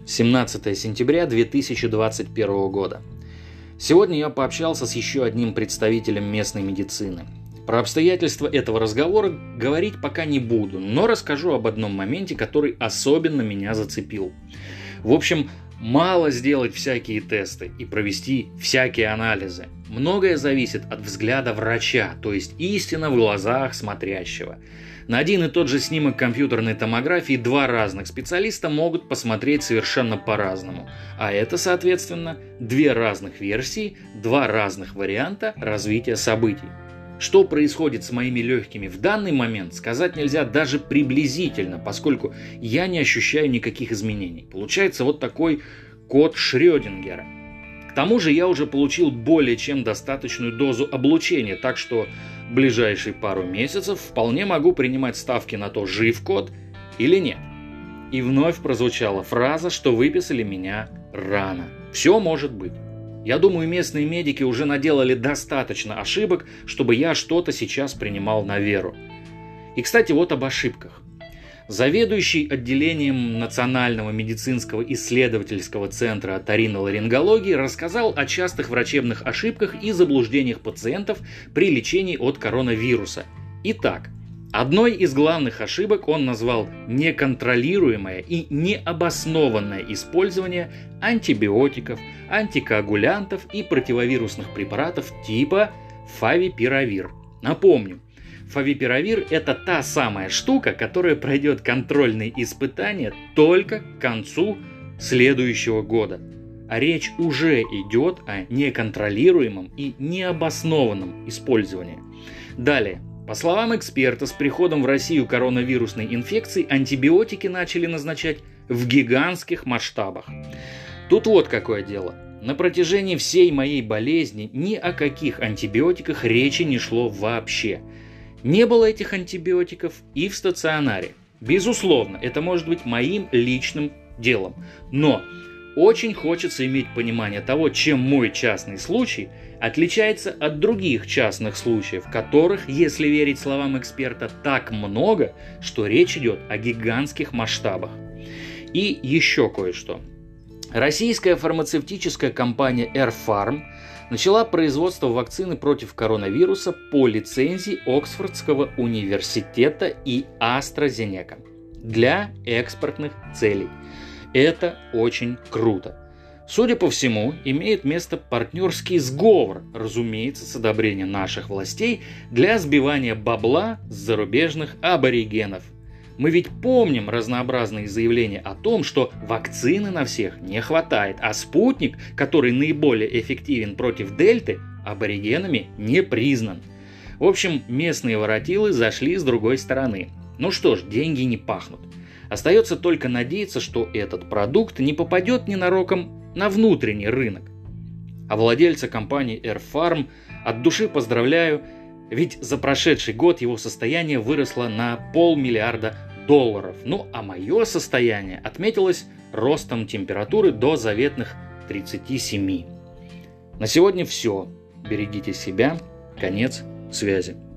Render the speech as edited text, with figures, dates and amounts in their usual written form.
17 сентября 2021 года. Сегодня я пообщался с еще одним представителем местной медицины. Про обстоятельства этого разговора говорить пока не буду, но расскажу об одном моменте, который особенно меня зацепил. В общем, мало сделать всякие тесты и провести всякие анализы. Многое зависит от взгляда врача, то есть истина в глазах смотрящего. На один и тот же снимок компьютерной томографии два разных специалиста могут посмотреть совершенно по-разному. А это, соответственно, две разных версии, два разных варианта развития событий. Что происходит с моими легкими в данный момент, сказать нельзя даже приблизительно, поскольку я не ощущаю никаких изменений. Получается вот такой код Шрёдингера. К тому же я уже получил более чем достаточную дозу облучения, так что в ближайшие пару месяцев вполне могу принимать ставки на то, жив кот или нет. И вновь прозвучала фраза, что выписали меня рано. Все может быть. Я думаю, местные медики уже наделали достаточно ошибок, чтобы я что-то сейчас принимал на веру. И, кстати, вот об ошибках. Заведующий отделением Национального медицинского исследовательского центра оториноларингологии рассказал о частых врачебных ошибках и заблуждениях пациентов при лечении от коронавируса. Итак, одной из главных ошибок он назвал неконтролируемое и необоснованное использование антибиотиков, антикоагулянтов и противовирусных препаратов типа фавипиравир. Напомню, фавипиравир – это та самая штука, которая пройдет контрольные испытания только к концу следующего года. А речь уже идет о неконтролируемом и необоснованном использовании. Далее. По словам эксперта, с приходом в Россию коронавирусной инфекции антибиотики начали назначать в гигантских масштабах. Тут вот какое дело. На протяжении всей моей болезни ни о каких антибиотиках речи не шло вообще. Не было этих антибиотиков и в стационаре. Безусловно, это может быть моим личным делом. Но очень хочется иметь понимание того, чем мой частный случай отличается от других частных случаев, которых, если верить словам эксперта, так много, что речь идет о гигантских масштабах. И еще кое-что. Российская фармацевтическая компания Airfarm начала производство вакцины против коронавируса по лицензии Оксфордского университета и AstraZeneca для экспортных целей. Это очень круто. Судя по всему, имеет место партнерский сговор, разумеется, с одобрения наших властей, для сбивания бабла с зарубежных аборигенов. Мы ведь помним разнообразные заявления о том, что вакцины на всех не хватает, а спутник, который наиболее эффективен против дельты, аборигенами не признан. В общем, местные воротилы зашли с другой стороны. Ну что ж, деньги не пахнут. Остается только надеяться, что этот продукт не попадет ненароком на внутренний рынок. А владельца компании Airfarm от души поздравляю, ведь за прошедший год его состояние выросло на $500 миллиарда. Ну а мое состояние отметилось ростом температуры до заветных 37. На сегодня все. Берегите себя. Конец связи.